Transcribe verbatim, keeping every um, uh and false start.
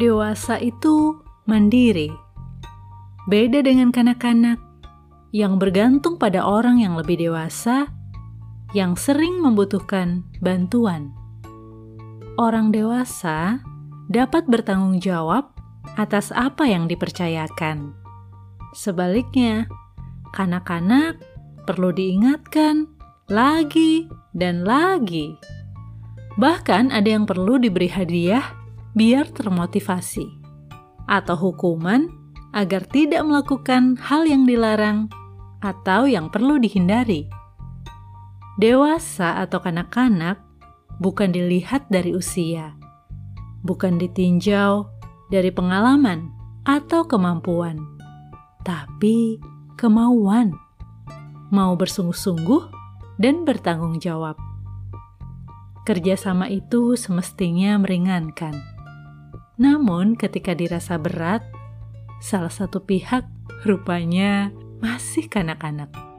Dewasa itu mandiri. Beda dengan kanak-kanak yang bergantung pada orang yang lebih dewasa, yang sering membutuhkan bantuan. Orang dewasa dapat bertanggung jawab atas apa yang dipercayakan. Sebaliknya, kanak-kanak perlu diingatkan lagi dan lagi. Bahkan ada yang perlu diberi hadiah biar termotivasi, atau hukuman agar tidak melakukan hal yang dilarang atau yang perlu dihindari. Dewasa atau kanak-kanak bukan dilihat dari usia, bukan ditinjau dari pengalaman atau kemampuan, tapi kemauan, mau bersungguh-sungguh dan bertanggung jawab. Kerjasama itu semestinya meringankan. Namun ketika dirasa berat, salah satu pihak rupanya masih kanak-kanak.